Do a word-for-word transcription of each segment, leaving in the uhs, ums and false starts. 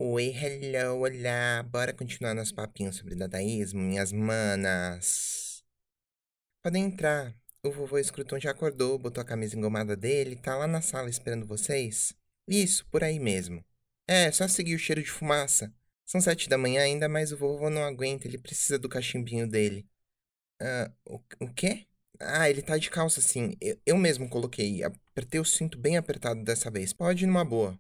Oi, hello, olá. Bora continuar nosso papinho sobre dadaísmo, minhas manas. Podem entrar. O vovô Scruton já acordou, botou a camisa engomada dele, tá lá na sala esperando vocês. Isso, por aí mesmo. É, só seguir o cheiro de fumaça. São sete da manhã ainda, mas o vovô não aguenta, ele precisa do cachimbinho dele. Ah, o, o quê? Ah, ele tá de calça sim. Eu, eu mesmo coloquei. Apertei o cinto bem apertado dessa vez. Pode ir numa boa.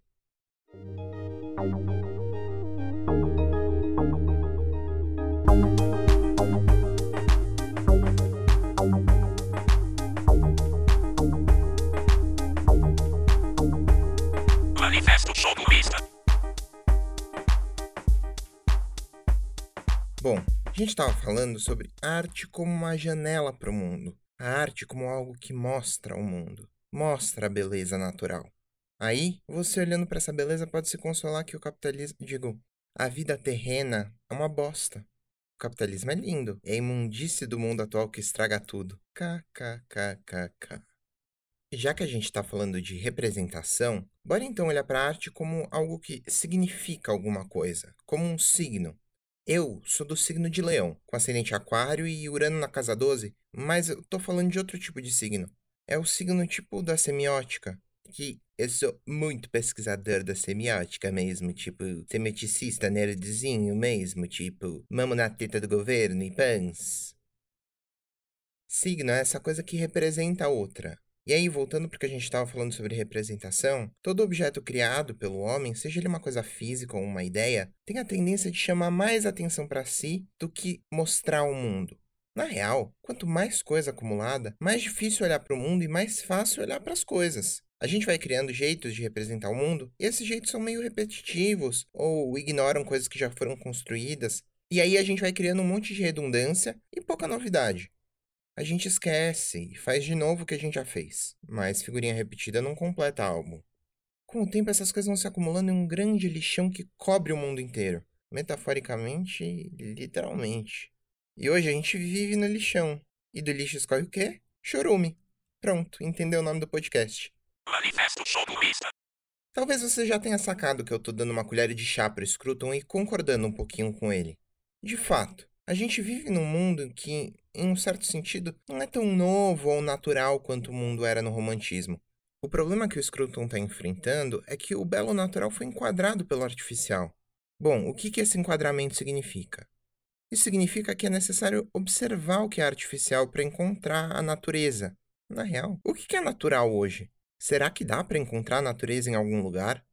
Manifesto Sodomista. Bom, a gente estava falando sobre arte como uma janela para o mundo. A arte como algo que mostra o mundo. Mostra a beleza natural. Aí, você olhando para essa beleza pode se consolar que o capitalismo... Digo, a vida terrena é uma bosta. O capitalismo é lindo. É a imundície do mundo atual que estraga tudo. Kkkk. Já que a gente está falando de representação, bora então olhar para a arte como algo que significa alguma coisa, como um signo. Eu sou do signo de Leão, com ascendente Aquário e Urano na casa doze, mas eu tô falando de outro tipo de signo. É o signo tipo da semiótica, que eu sou muito pesquisador da semiótica mesmo, tipo, semioticista nerdzinho mesmo, tipo, mamo na teta do governo e pans. Signo é essa coisa que representa a outra. E aí, voltando para o que a gente estava falando sobre representação, todo objeto criado pelo homem, seja ele uma coisa física ou uma ideia, tem a tendência de chamar mais atenção para si do que mostrar ao mundo. Na real, quanto mais coisa acumulada, mais difícil olhar para o mundo e mais fácil olhar para as coisas. A gente vai criando jeitos de representar o mundo, e esses jeitos são meio repetitivos, ou ignoram coisas que já foram construídas, e aí a gente vai criando um monte de redundância e pouca novidade. A gente esquece e faz de novo o que a gente já fez, mas figurinha repetida não completa álbum. Com o tempo, essas coisas vão se acumulando em um grande lixão que cobre o mundo inteiro, metaforicamente e literalmente. E hoje a gente vive no lixão. E do lixo escolhe o quê? Chorume. Pronto, entendeu o nome do podcast. Manifesto Sodomista. Talvez você já tenha sacado que eu tô dando uma colher de chá pro Scruton e concordando um pouquinho com ele. De fato, a gente vive num mundo que, em um certo sentido, não é tão novo ou natural quanto o mundo era no romantismo. O problema que o Scruton está enfrentando é que o belo natural foi enquadrado pelo artificial. Bom, o que, que esse enquadramento significa? Isso significa que é necessário observar o que é artificial para encontrar a natureza. Na real, o que, que é natural hoje? Será que dá para encontrar a natureza em algum lugar?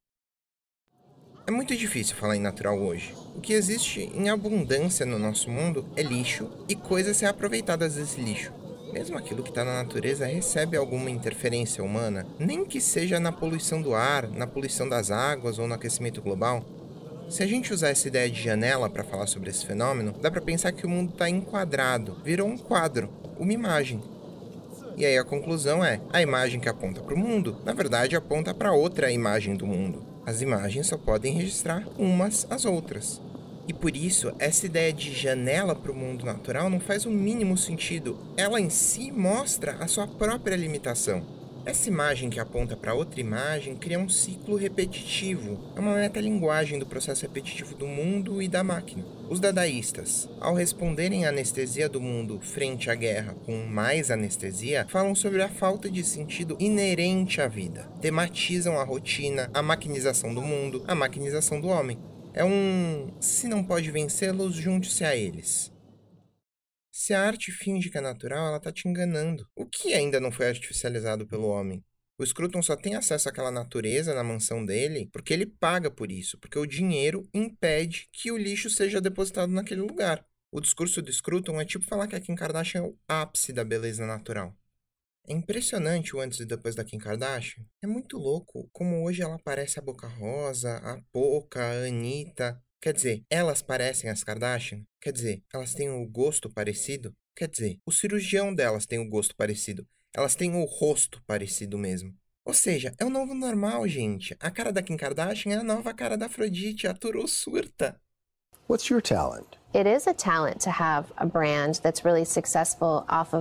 É muito difícil falar em natural hoje. O que existe em abundância no nosso mundo é lixo e coisas reaproveitadas desse lixo. Mesmo aquilo que está na natureza recebe alguma interferência humana, nem que seja na poluição do ar, na poluição das águas ou no aquecimento global. Se a gente usar essa ideia de janela para falar sobre esse fenômeno, dá para pensar que o mundo está enquadrado, virou um quadro, uma imagem. E aí a conclusão é, a imagem que aponta para o mundo, na verdade aponta para outra imagem do mundo. As imagens só podem registrar umas às outras. E por isso, essa ideia de janela para o mundo natural não faz o mínimo sentido. Ela em si mostra a sua própria limitação. Essa imagem que aponta para outra imagem cria um ciclo repetitivo. É uma metalinguagem do processo repetitivo do mundo e da máquina. Os dadaístas, ao responderem à anestesia do mundo frente à guerra com mais anestesia, falam sobre a falta de sentido inerente à vida. Tematizam a rotina, a maquinização do mundo, a maquinização do homem. É um... se não pode vencê-los, junte-se a eles. Se a arte finge que é natural, ela tá te enganando. O que ainda não foi artificializado pelo homem? O Scruton só tem acesso àquela natureza na mansão dele porque ele paga por isso, porque o dinheiro impede que o lixo seja depositado naquele lugar. O discurso do Scruton é tipo falar que a Kim Kardashian é o ápice da beleza natural. É impressionante o antes e depois da Kim Kardashian. É muito louco como hoje ela parece a Boca Rosa, a Poca, a Anitta. Quer dizer, elas parecem as Kardashian? Quer dizer, elas têm o gosto parecido? Quer dizer, o cirurgião delas tem o gosto parecido. Elas têm o rosto parecido mesmo. Ou seja, é o novo normal, gente. A cara da Kim Kardashian é a nova cara da Afrodite. A Turu surta. What's your talent? It is a talent to have a brand that's really successful off of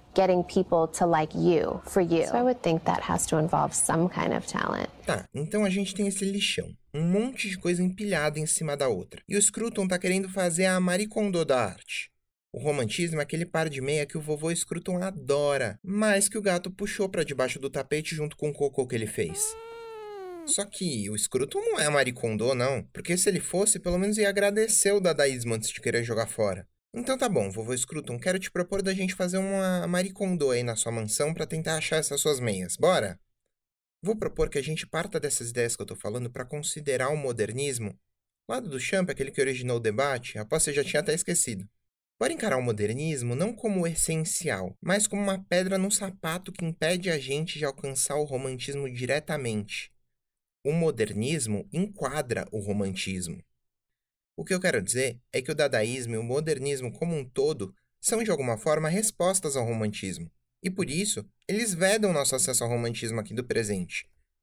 getting people to like you for you. So I would think that has to involve some kind of talent. Tá, então a gente tem esse lixão. Um monte de coisa empilhada em cima da outra. E o Scruton tá querendo fazer a Marie Kondo da arte. O romantismo é aquele par de meia que o vovô Scruton adora, mas que o gato puxou pra debaixo do tapete junto com o cocô que ele fez. Só que o Scruton não é a Marie Kondo, não, porque se ele fosse, pelo menos ia agradecer o dadaísmo antes de querer jogar fora. Então tá bom, vovô Scruton, quero te propor da gente fazer uma Marie Kondo aí na sua mansão pra tentar achar essas suas meias, bora? Vou propor que a gente parta dessas ideias que eu tô falando pra considerar o modernismo. O lado do Champ, aquele que originou o debate, após você já tinha até esquecido. Bora encarar o modernismo não como o essencial, mas como uma pedra no sapato que impede a gente de alcançar o romantismo diretamente. O modernismo enquadra o romantismo. O que eu quero dizer é que o dadaísmo e o modernismo como um todo são, de alguma forma, respostas ao romantismo. E por isso, eles vedam nosso acesso ao romantismo aqui do presente.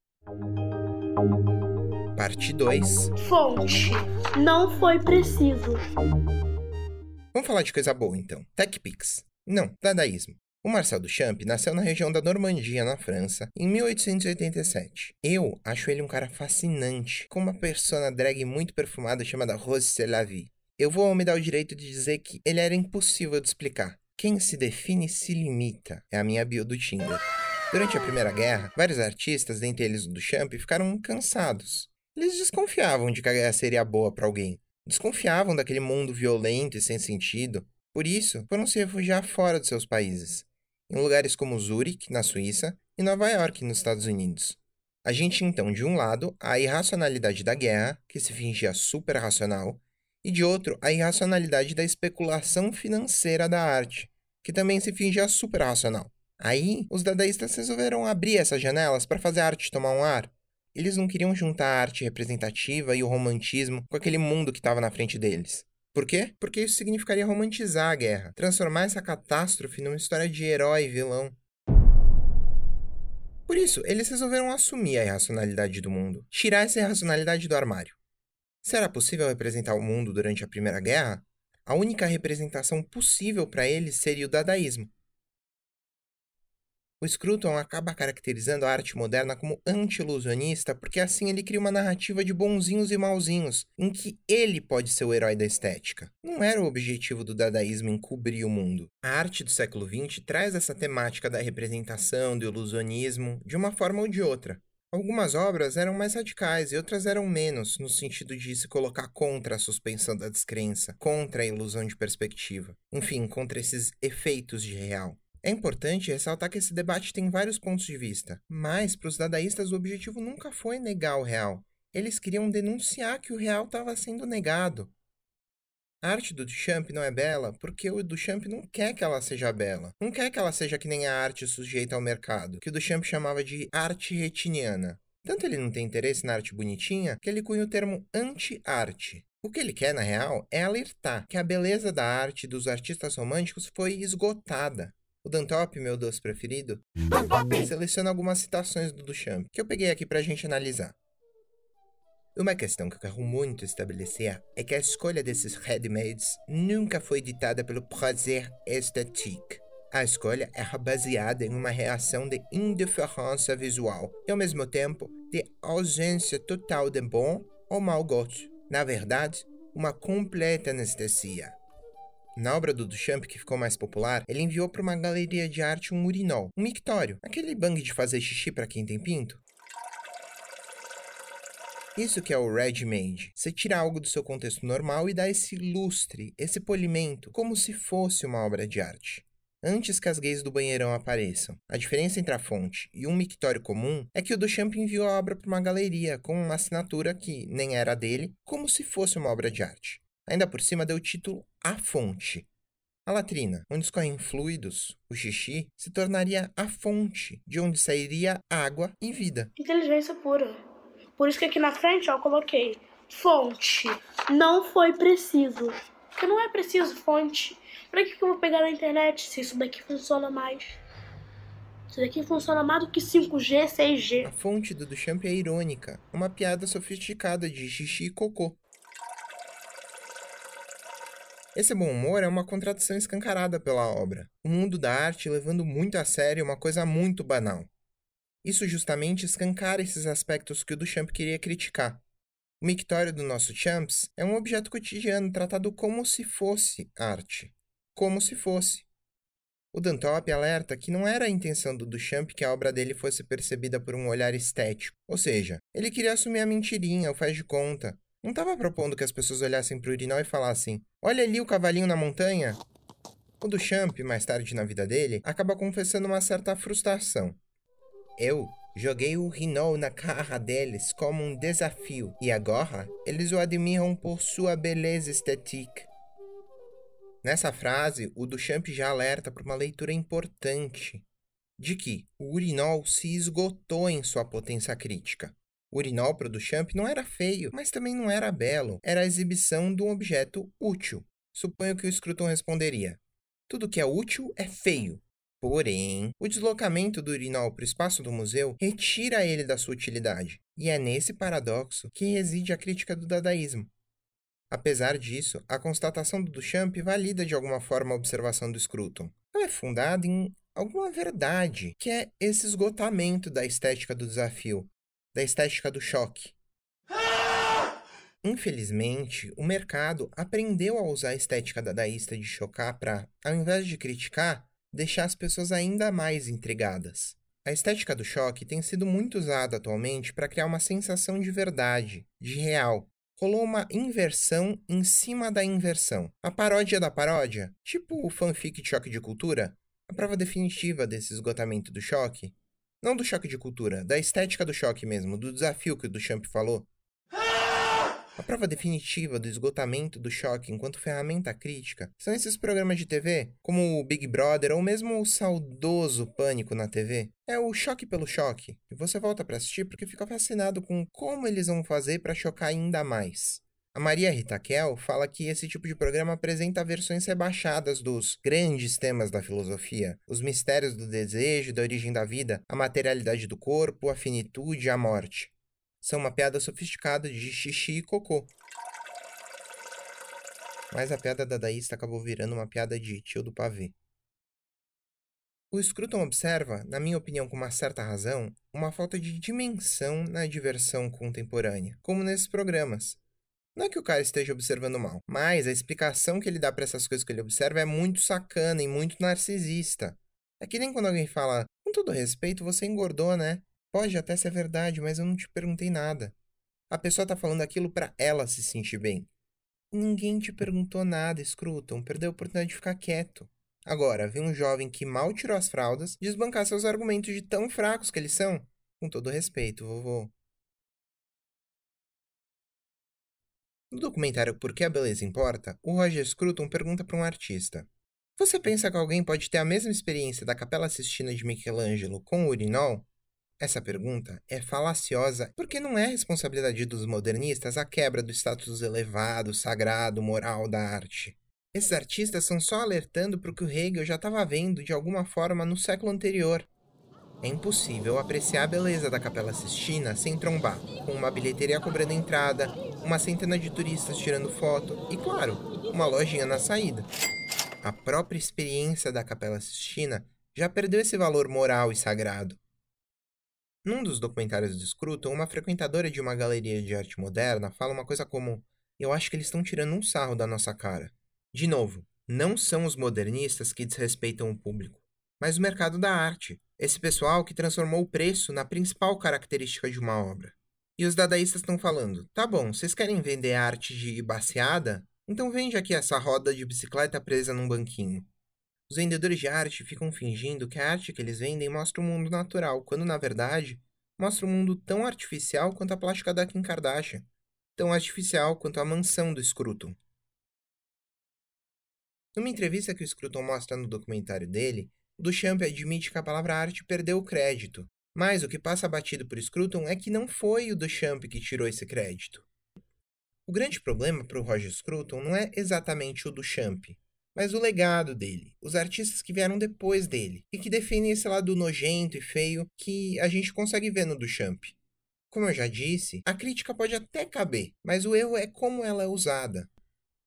Parte dois. Fonte. Não foi preciso. Vamos falar de coisa boa, então. TechPix. Não, dadaísmo. O Marcel Duchamp nasceu na região da Normandia, na França, em mil oitocentos e oitenta e sete. Eu acho ele um cara fascinante, com uma persona drag muito perfumada chamada Rose C'est la Vie. Eu vou me dar o direito de dizer que ele era impossível de explicar. Quem se define se limita, é a minha bio do Tinder. Durante a Primeira Guerra, vários artistas, dentre eles o Duchamp, ficaram cansados. Eles desconfiavam de que a guerra seria boa para alguém. Desconfiavam daquele mundo violento e sem sentido. Por isso, foram se refugiar fora dos seus países, em lugares como Zurique, na Suíça, e Nova York, nos Estados Unidos. A gente, então, de um lado, a irracionalidade da guerra, que se fingia super racional, e de outro, a irracionalidade da especulação financeira da arte, que também se fingia super racional. Aí, os dadaístas resolveram abrir essas janelas para fazer a arte tomar um ar. Eles não queriam juntar a arte representativa e o romantismo com aquele mundo que estava na frente deles. Por quê? Porque isso significaria romantizar a guerra, transformar essa catástrofe numa história de herói e vilão. Por isso, eles resolveram assumir a irracionalidade do mundo, tirar essa irracionalidade do armário. Se era possível representar o mundo durante a Primeira Guerra, a única representação possível para eles seria o dadaísmo. O Scruton acaba caracterizando a arte moderna como anti-ilusionista porque assim ele cria uma narrativa de bonzinhos e mauzinhos, em que ele pode ser o herói da estética. Não era o objetivo do dadaísmo encobrir o mundo. A arte do século vinte traz essa temática da representação, do ilusionismo, de uma forma ou de outra. Algumas obras eram mais radicais e outras eram menos, no sentido de se colocar contra a suspensão da descrença, contra a ilusão de perspectiva. Enfim, contra esses efeitos de real. É importante ressaltar que esse debate tem vários pontos de vista, mas para os dadaístas o objetivo nunca foi negar o real. Eles queriam denunciar que o real estava sendo negado. A arte do Duchamp não é bela porque o Duchamp não quer que ela seja bela. Não quer que ela seja que nem a arte sujeita ao mercado, que o Duchamp chamava de arte retiniana. Tanto ele não tem interesse na arte bonitinha que ele cunha o termo anti-arte. O que ele quer, na real, é alertar que a beleza da arte dos artistas românticos foi esgotada. O Dantop, meu doce preferido, seleciona algumas citações do Duchamp, que eu peguei aqui pra gente analisar. Uma questão que eu quero muito estabelecer é que a escolha desses ready-mades nunca foi ditada pelo prazer esthétique. A escolha era baseada em uma reação de indiferença visual e, ao mesmo tempo, de ausência total de bom ou mau gosto. Na verdade, uma completa anestesia. Na obra do Duchamp, que ficou mais popular, ele enviou para uma galeria de arte um urinol, um mictório, aquele bang de fazer xixi para quem tem pinto. Isso que é o ready-made. Você tira algo do seu contexto normal e dá esse lustre, esse polimento, como se fosse uma obra de arte. Antes que as gays do banheirão apareçam. A diferença entre a fonte e um mictório comum é que o Duchamp enviou a obra para uma galeria com uma assinatura que nem era dele, como se fosse uma obra de arte. Ainda por cima deu o título A Fonte. A latrina, onde escorrem fluidos, o xixi, se tornaria a fonte, de onde sairia água e vida. Inteligência pura. Por isso que aqui na frente, ó, eu coloquei fonte. Não foi preciso. Porque não é preciso fonte. Pra que eu vou pegar na internet se isso daqui funciona mais? Isso daqui funciona mais do que cinco G, seis G. A fonte do Duchamp é irônica, uma piada sofisticada de xixi e cocô. Esse bom humor é uma contradição escancarada pela obra, o mundo da arte levando muito a sério uma coisa muito banal. Isso justamente escancara esses aspectos que o Duchamp queria criticar. O mictório do nosso Champs é um objeto cotidiano tratado como se fosse arte. Como se fosse. O Dantop alerta que não era a intenção do Duchamp que a obra dele fosse percebida por um olhar estético, ou seja, ele queria assumir a mentirinha, o faz de conta. Não estava propondo que as pessoas olhassem para o urinol e falassem: olha ali o cavalinho na montanha. O Duchamp, mais tarde na vida dele, acaba confessando uma certa frustração. Eu joguei o urinol na cara deles como um desafio, e agora eles o admiram por sua beleza estética. Nessa frase, o Duchamp já alerta para uma leitura importante, de que o urinol se esgotou em sua potência crítica. O urinol para o Duchamp não era feio, mas também não era belo. Era a exibição de um objeto útil. Suponho que o Scruton responderia: tudo que é útil é feio. Porém, o deslocamento do urinol para o espaço do museu retira ele da sua utilidade. E é nesse paradoxo que reside a crítica do dadaísmo. Apesar disso, a constatação do Duchamp valida de alguma forma a observação do Scruton. Ela é fundada em alguma verdade, que é esse esgotamento da estética do desafio, da estética do choque. Infelizmente, o mercado aprendeu a usar a estética dadaísta de chocar para, ao invés de criticar, deixar as pessoas ainda mais intrigadas. A estética do choque tem sido muito usada atualmente para criar uma sensação de verdade, de real. Rolou uma inversão em cima da inversão. A paródia da paródia, tipo o fanfic de choque de cultura, a prova definitiva desse esgotamento do choque. Não do choque de cultura, da estética do choque mesmo, do desafio que o Duchamp falou. A prova definitiva do esgotamento do choque enquanto ferramenta crítica são esses programas de T V, como o Big Brother ou mesmo o saudoso Pânico na T V. É o choque pelo choque, e você volta para assistir porque fica fascinado com como eles vão fazer para chocar ainda mais. A Maria Rita Kell fala que esse tipo de programa apresenta versões rebaixadas dos grandes temas da filosofia, os mistérios do desejo, da origem da vida, a materialidade do corpo, a finitude e a morte. São uma piada sofisticada de xixi e cocô. Mas a piada dadaísta acabou virando uma piada de tio do pavê. O Scruton observa, na minha opinião com uma certa razão, uma falta de dimensão na diversão contemporânea, como nesses programas. Não é que o cara esteja observando mal, mas a explicação que ele dá para essas coisas que ele observa é muito sacana e muito narcisista. É que nem quando alguém fala: com todo respeito, você engordou, né? Pode até ser verdade, mas eu não te perguntei nada. A pessoa tá falando aquilo pra ela se sentir bem. Ninguém te perguntou nada, Scruton. Perdeu a oportunidade de ficar quieto. Agora, vem um jovem que mal tirou as fraldas desbancar seus argumentos de tão fracos que eles são. Com todo respeito, vovô. No documentário Por que a Beleza Importa, o Roger Scruton pergunta para um artista: você pensa que alguém pode ter a mesma experiência da Capela Sistina de Michelangelo com o urinol? Essa pergunta é falaciosa porque não é responsabilidade dos modernistas a quebra do status elevado, sagrado, moral da arte. Esses artistas estão só alertando para o que o Hegel já estava vendo de alguma forma no século anterior. É impossível apreciar a beleza da Capela Sistina sem trombar, com uma bilheteria cobrando entrada, uma centena de turistas tirando foto e, claro, uma lojinha na saída. A própria experiência da Capela Sistina já perdeu esse valor moral e sagrado. Num dos documentários do Scruton, uma frequentadora de uma galeria de arte moderna fala uma coisa como: eu acho que eles estão tirando um sarro da nossa cara. De novo, não são os modernistas que desrespeitam o público, mas o mercado da arte, esse pessoal que transformou o preço na principal característica de uma obra. E os dadaístas estão falando: tá bom, vocês querem vender arte de baseada? Então vende aqui essa roda de bicicleta presa num banquinho. Os vendedores de arte ficam fingindo que a arte que eles vendem mostra o mundo natural, quando, na verdade, mostra um mundo tão artificial quanto a plástica da Kim Kardashian, tão artificial quanto a mansão do Scruton. Numa entrevista que o Scruton mostra no documentário dele, o Duchamp admite que a palavra arte perdeu o crédito, mas o que passa batido por Scruton é que não foi o Duchamp que tirou esse crédito. O grande problema para o Roger Scruton não é exatamente o Duchamp, mas o legado dele, os artistas que vieram depois dele, e que definem esse lado nojento e feio que a gente consegue ver no Duchamp. Como eu já disse, a crítica pode até caber, mas o erro é como ela é usada.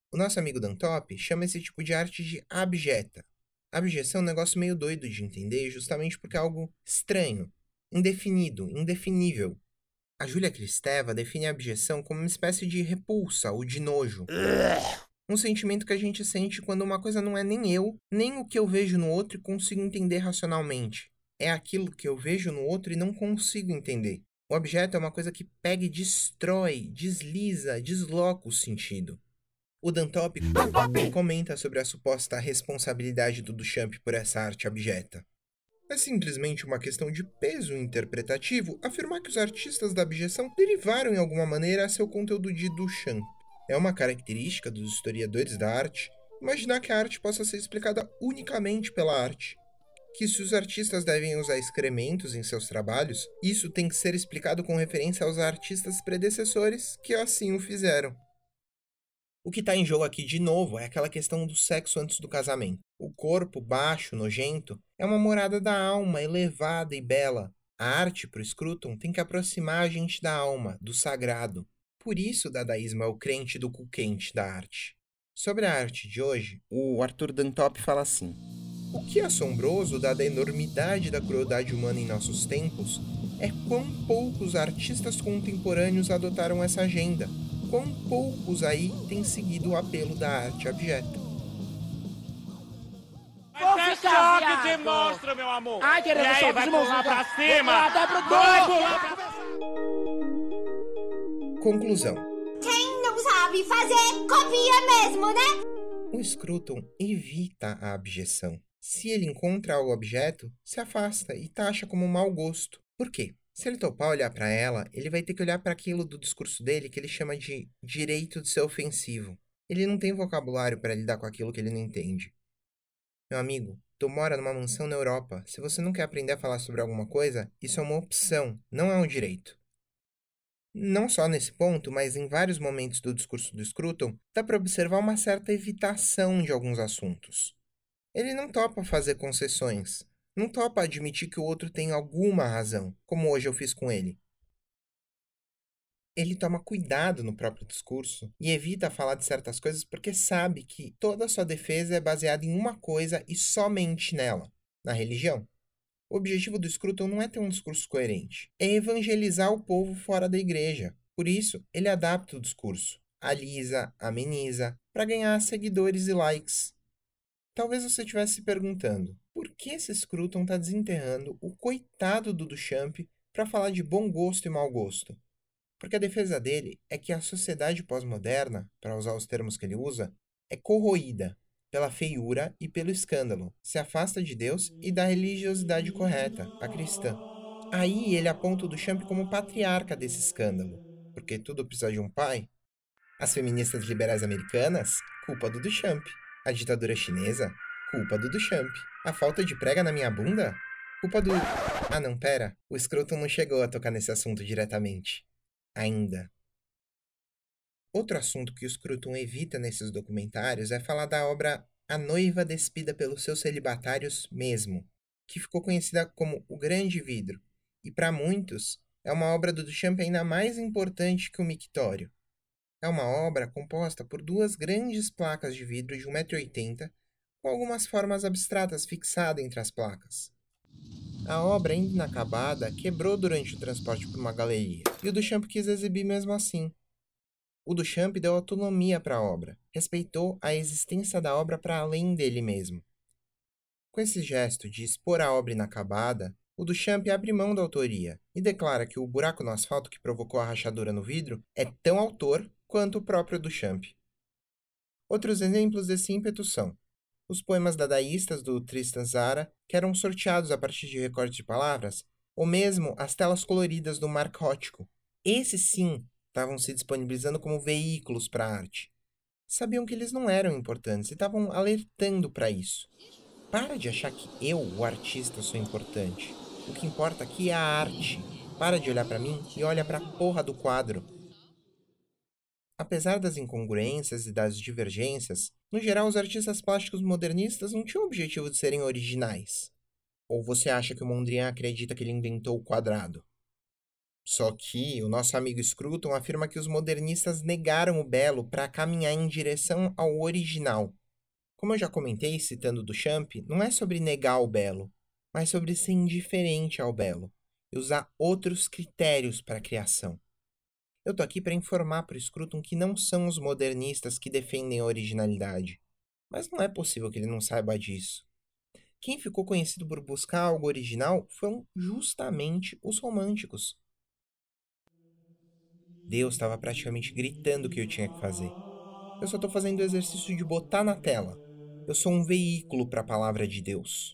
O nosso amigo Dan Top chama esse tipo de arte de abjeta. Abjeção é um negócio meio doido de entender, justamente porque é algo estranho, indefinido, indefinível. A Júlia Kristeva define a abjeção como uma espécie de repulsa ou de nojo. Um sentimento que a gente sente quando uma coisa não é nem eu, nem o que eu vejo no outro e consigo entender racionalmente. É aquilo que eu vejo no outro e não consigo entender. O objeto é uma coisa que pega e destrói, desliza, desloca o sentido. O Dan Top comenta sobre a suposta responsabilidade do Duchamp por essa arte abjeta. É simplesmente uma questão de peso interpretativo afirmar que os artistas da abjeção derivaram em alguma maneira a seu conteúdo de Duchamp. É uma característica dos historiadores da arte imaginar que a arte possa ser explicada unicamente pela arte. Que se os artistas devem usar excrementos em seus trabalhos, isso tem que ser explicado com referência aos artistas predecessores que assim o fizeram. O que está em jogo aqui de novo é aquela questão do sexo antes do casamento. O corpo baixo, nojento, é uma morada da alma, elevada e bela. A arte, para o Scruton, tem que aproximar a gente da alma, do sagrado. Por isso o dadaísmo é o crente do cu quente da arte. Sobre a arte de hoje, o Arthur Dan Top fala assim: o que é assombroso, dada a enormidade da crueldade humana em nossos tempos, é quão poucos artistas contemporâneos adotaram essa agenda. Quão poucos aí têm seguido o apelo da arte abjeta. Vai ser choque de monstro, meu amor! Ai, querendo e aí, choque vai de pular monstro. pra cima! Vai pro Vai gol! pular pra... Conclusão. Quem não sabe fazer, copia mesmo, né? O Scruton evita a abjeção. Se ele encontra o objeto, se afasta e taxa como mau gosto. Por quê? Se ele topar olhar para ela, ele vai ter que olhar para aquilo do discurso dele que ele chama de direito de ser ofensivo. Ele não tem vocabulário para lidar com aquilo que ele não entende. Meu amigo, tu mora numa mansão na Europa. Se você não quer aprender a falar sobre alguma coisa, isso é uma opção, não é um direito. Não só nesse ponto, mas em vários momentos do discurso do Scruton, dá para observar uma certa evitação de alguns assuntos. Ele não topa fazer concessões. Não topa admitir que o outro tem alguma razão, como hoje eu fiz com ele. Ele toma cuidado no próprio discurso e evita falar de certas coisas porque sabe que toda a sua defesa é baseada em uma coisa e somente nela, na religião. O objetivo do Scruton não é ter um discurso coerente, é evangelizar o povo fora da igreja. Por isso, ele adapta o discurso, alisa, ameniza, para ganhar seguidores e likes. Talvez você estivesse se perguntando, por que esse Scruton está desenterrando o coitado do Duchamp para falar de bom gosto e mau gosto? Porque a defesa dele é que a sociedade pós-moderna, para usar os termos que ele usa, é corroída pela feiura e pelo escândalo, se afasta de Deus e da religiosidade correta, a cristã. Aí ele aponta o Duchamp como patriarca desse escândalo, porque tudo precisa de um pai. As feministas liberais americanas, culpa do Duchamp. A ditadura chinesa, culpa do Duchamp. A falta de prega na minha bunda, culpa do... Ah não, pera, o Scruton não chegou a tocar nesse assunto diretamente. Ainda. Outro assunto que o Scruton evita nesses documentários é falar da obra A Noiva Despida pelos Seus Celibatários Mesmo, que ficou conhecida como O Grande Vidro, e para muitos é uma obra do Duchamp ainda mais importante que o mictório. É uma obra composta por duas grandes placas de vidro de um metro e oitenta, com algumas formas abstratas fixadas entre as placas. A obra, ainda inacabada, quebrou durante o transporte por uma galeria, e o Duchamp quis exibir mesmo assim. O Duchamp deu autonomia para a obra, respeitou a existência da obra para além dele mesmo. Com esse gesto de expor a obra inacabada, o Duchamp abre mão da autoria e declara que o buraco no asfalto que provocou a rachadura no vidro é tão autor quanto o próprio Duchamp. Outros exemplos desse ímpeto são os poemas dadaístas do Tristan Tzara, que eram sorteados a partir de recortes de palavras, ou mesmo as telas coloridas do Mark Rothko. Esses sim estavam se disponibilizando como veículos para a arte. Sabiam que eles não eram importantes e estavam alertando para isso. Para de achar que eu, o artista, sou importante. O que importa aqui é a arte. Para de olhar para mim e olha para a porra do quadro. Apesar das incongruências e das divergências, no geral os artistas plásticos modernistas não tinham o objetivo de serem originais. Ou você acha que o Mondrian acredita que ele inventou o quadrado? Só que o nosso amigo Scruton afirma que os modernistas negaram o belo para caminhar em direção ao original. Como eu já comentei, citando Duchamp, não é sobre negar o belo, mas sobre ser indiferente ao belo e usar outros critérios para a criação. Eu tô aqui para informar para o Scruton que não são os modernistas que defendem a originalidade, mas não é possível que ele não saiba disso. Quem ficou conhecido por buscar algo original foram justamente os românticos. Deus estava praticamente gritando o que eu tinha que fazer. Eu só estou fazendo o exercício de botar na tela. Eu sou um veículo para a palavra de Deus.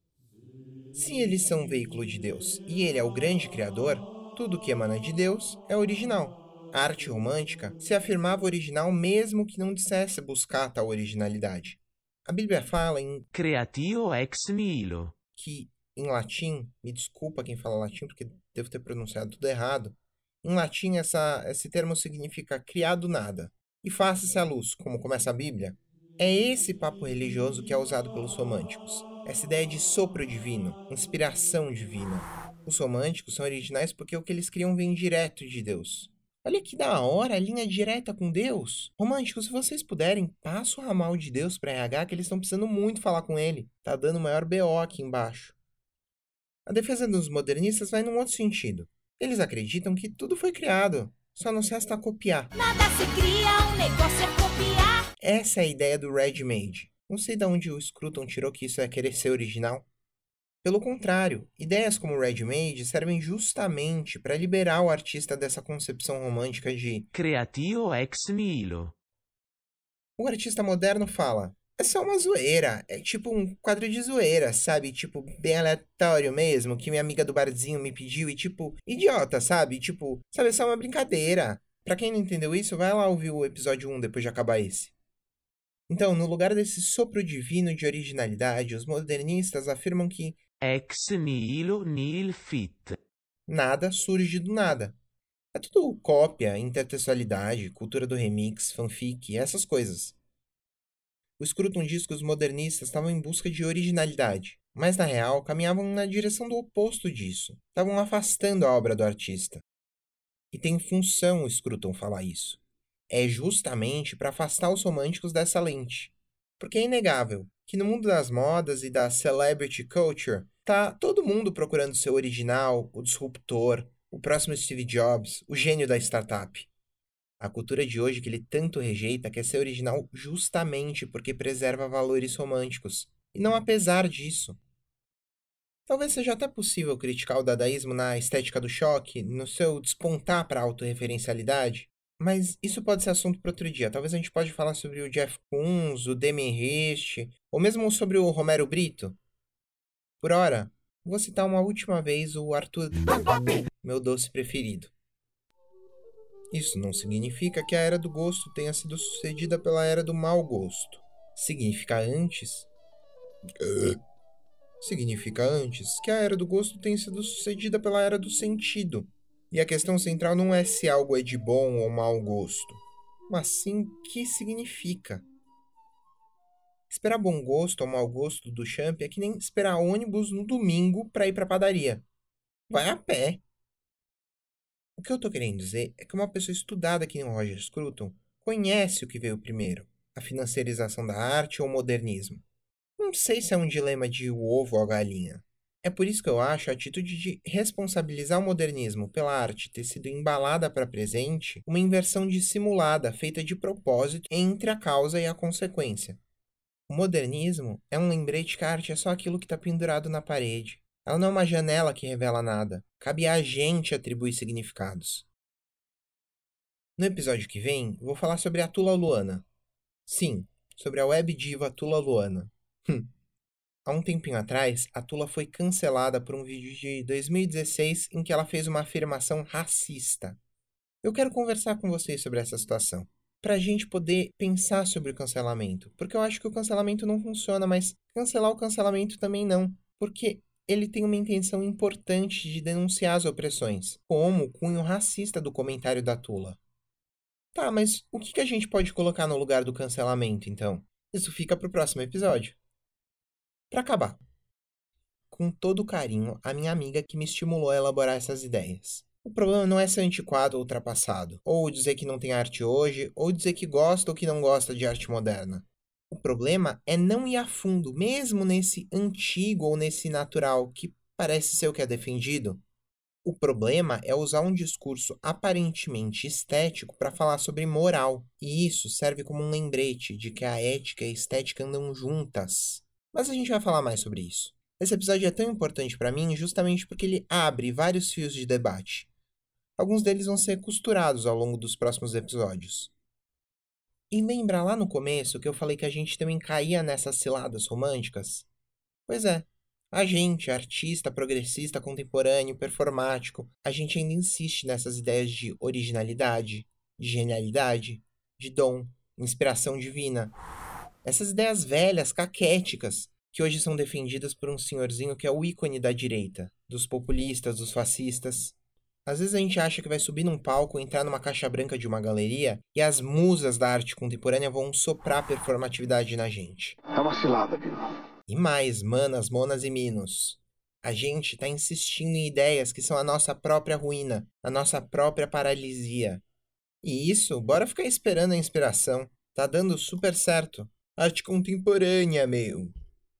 Se eles são um veículo de Deus e ele é o grande criador, tudo que emana de Deus é original. A arte romântica se afirmava original mesmo que não dissesse buscar tal originalidade. A Bíblia fala em creatio ex nihilo, que, em latim, me desculpa quem fala latim porque devo ter pronunciado tudo errado, em latim essa, esse termo significa criar do nada. E faça-se a luz, como começa a Bíblia. É esse papo religioso que é usado pelos românticos. Essa ideia de sopro divino, inspiração divina. Os românticos são originais porque o que eles criam vem direto de Deus. Olha que da hora, a linha direta com Deus. Românticos, se vocês puderem, passa o ramal de Deus para R H que eles estão precisando muito falar com ele. Tá dando o maior B O aqui embaixo. A defesa dos modernistas vai num outro sentido. Eles acreditam que tudo foi criado, só não se resta copiar. Nada se cria, um negócio é copiar. Essa é a ideia do ready-made. Não sei de onde o Scruton tirou que isso é querer ser original. Pelo contrário, ideias como ready-made servem justamente para liberar o artista dessa concepção romântica de creatio ex nihilo. O artista moderno fala, é só uma zoeira, é tipo um quadro de zoeira, sabe? Tipo, bem aleatório mesmo, que minha amiga do barzinho me pediu e tipo, idiota, sabe? Tipo, sabe, é só uma brincadeira. Pra quem não entendeu isso, vai lá ouvir o episódio um depois de acabar esse. Então, no lugar desse sopro divino de originalidade, os modernistas afirmam que ex nihilo nihil fit. Nada surge do nada. É tudo cópia, intertextualidade, cultura do remix, fanfic, essas coisas. O Scruton diz que os modernistas estavam em busca de originalidade, mas na real caminhavam na direção do oposto disso. Estavam afastando a obra do artista. E tem função o Scruton falar isso. É justamente para afastar os românticos dessa lente. Porque é inegável que no mundo das modas e da celebrity culture, tá todo mundo procurando ser original, o disruptor, o próximo Steve Jobs, o gênio da startup. A cultura de hoje que ele tanto rejeita quer ser original justamente porque preserva valores românticos, e não apesar disso. Talvez seja até possível criticar o dadaísmo na estética do choque, no seu despontar para a autorreferencialidade, mas isso pode ser assunto para outro dia. Talvez a gente pode falar sobre o Jeff Koons, o Damien Hirst, ou mesmo sobre o Romero Brito. Por hora, vou citar uma última vez o Arthur, meu doce preferido. Isso não significa que a Era do Gosto tenha sido sucedida pela Era do Mau Gosto. Significa antes... Significa antes que a Era do Gosto tenha sido sucedida pela Era do Sentido. E a questão central não é se algo é de bom ou mau gosto, mas sim o que significa. Esperar bom gosto ou mau gosto do Duchamp é que nem esperar ônibus no domingo para ir para a padaria. Vai a pé. O que eu tô querendo dizer é que uma pessoa estudada aqui no Roger Scruton conhece o que veio primeiro, a financiarização da arte ou o modernismo. Não sei se é um dilema de o ovo ou a galinha. É por isso que eu acho a atitude de responsabilizar o modernismo pela arte ter sido embalada para presente uma inversão dissimulada feita de propósito entre a causa e a consequência. O modernismo é um lembrete que a arte é só aquilo que está pendurado na parede. Ela não é uma janela que revela nada. Cabe a gente atribuir significados. No episódio que vem, vou falar sobre a Tula Luana. Sim, sobre a web diva Tula Luana. Hum. Há um tempinho atrás, a Tula foi cancelada por um vídeo de dois mil e dezesseis em que ela fez uma afirmação racista. Eu quero conversar com vocês sobre essa situação, para a gente poder pensar sobre o cancelamento, porque eu acho que o cancelamento não funciona, mas cancelar o cancelamento também não, porque ele tem uma intenção importante de denunciar as opressões, como o cunho racista do comentário da Tula. Tá, mas o que a gente pode colocar no lugar do cancelamento, então? Isso fica para o próximo episódio. Para acabar, com todo carinho, a minha amiga que me estimulou a elaborar essas ideias. O problema não é ser antiquado ou ultrapassado, ou dizer que não tem arte hoje, ou dizer que gosta ou que não gosta de arte moderna. O problema é não ir a fundo, mesmo nesse antigo ou nesse natural, que parece ser o que é defendido. O problema é usar um discurso aparentemente estético para falar sobre moral, e isso serve como um lembrete de que a ética e a estética andam juntas. Mas a gente vai falar mais sobre isso. Esse episódio é tão importante para mim justamente porque ele abre vários fios de debate. Alguns deles vão ser costurados ao longo dos próximos episódios. E lembra lá no começo que eu falei que a gente também caía nessas ciladas românticas? Pois é, a gente, artista, progressista, contemporâneo, performático, a gente ainda insiste nessas ideias de originalidade, de genialidade, de dom, inspiração divina. Essas ideias velhas, caquéticas, que hoje são defendidas por um senhorzinho que é o ícone da direita, dos populistas, dos fascistas. Às vezes a gente acha que vai subir num palco, entrar numa caixa branca de uma galeria e as musas da arte contemporânea vão soprar performatividade na gente. É uma cilada, viu? E mais, manas, monas e minos. A gente tá insistindo em ideias que são a nossa própria ruína, a nossa própria paralisia. E isso, bora ficar esperando a inspiração. Tá dando super certo. Arte contemporânea, meu.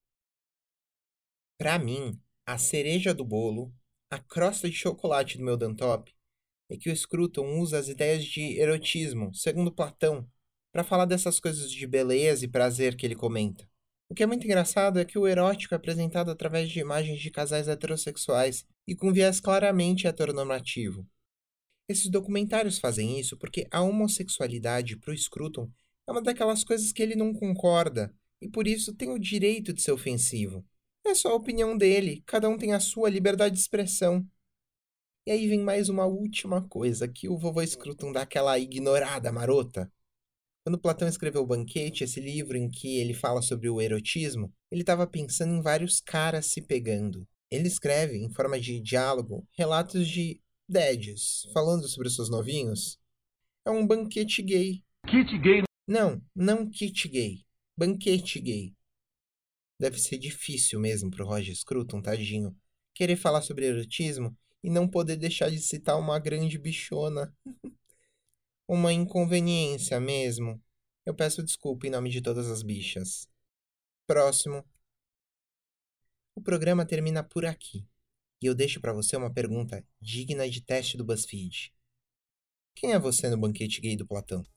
Pra mim, a cereja do bolo, a crosta de chocolate do meu Dantop, é que o Scruton usa as ideias de erotismo, segundo Platão, para falar dessas coisas de beleza e prazer que ele comenta. O que é muito engraçado é que o erótico é apresentado através de imagens de casais heterossexuais e com viés claramente heteronormativo. Esses documentários fazem isso porque a homossexualidade para o Scruton é uma daquelas coisas que ele não concorda e por isso tem o direito de ser ofensivo. É só a opinião dele, cada um tem a sua liberdade de expressão. E aí vem mais uma última coisa que o vovô Scruton dá aquela ignorada marota. Quando Platão escreveu O Banquete, esse livro em que ele fala sobre o erotismo, ele estava pensando em vários caras se pegando. Ele escreve, em forma de diálogo, relatos de dads, falando sobre os seus novinhos. É um banquete gay. Kit gay. Não, não kit gay. Banquete gay. Deve ser difícil mesmo pro Roger Scruton, tadinho, querer falar sobre erotismo e não poder deixar de citar uma grande bichona. Uma inconveniência mesmo. Eu peço desculpa em nome de todas as bichas. Próximo. O programa termina por aqui. E eu deixo pra você uma pergunta digna de teste do BuzzFeed. Quem é você no banquete gay do Platão?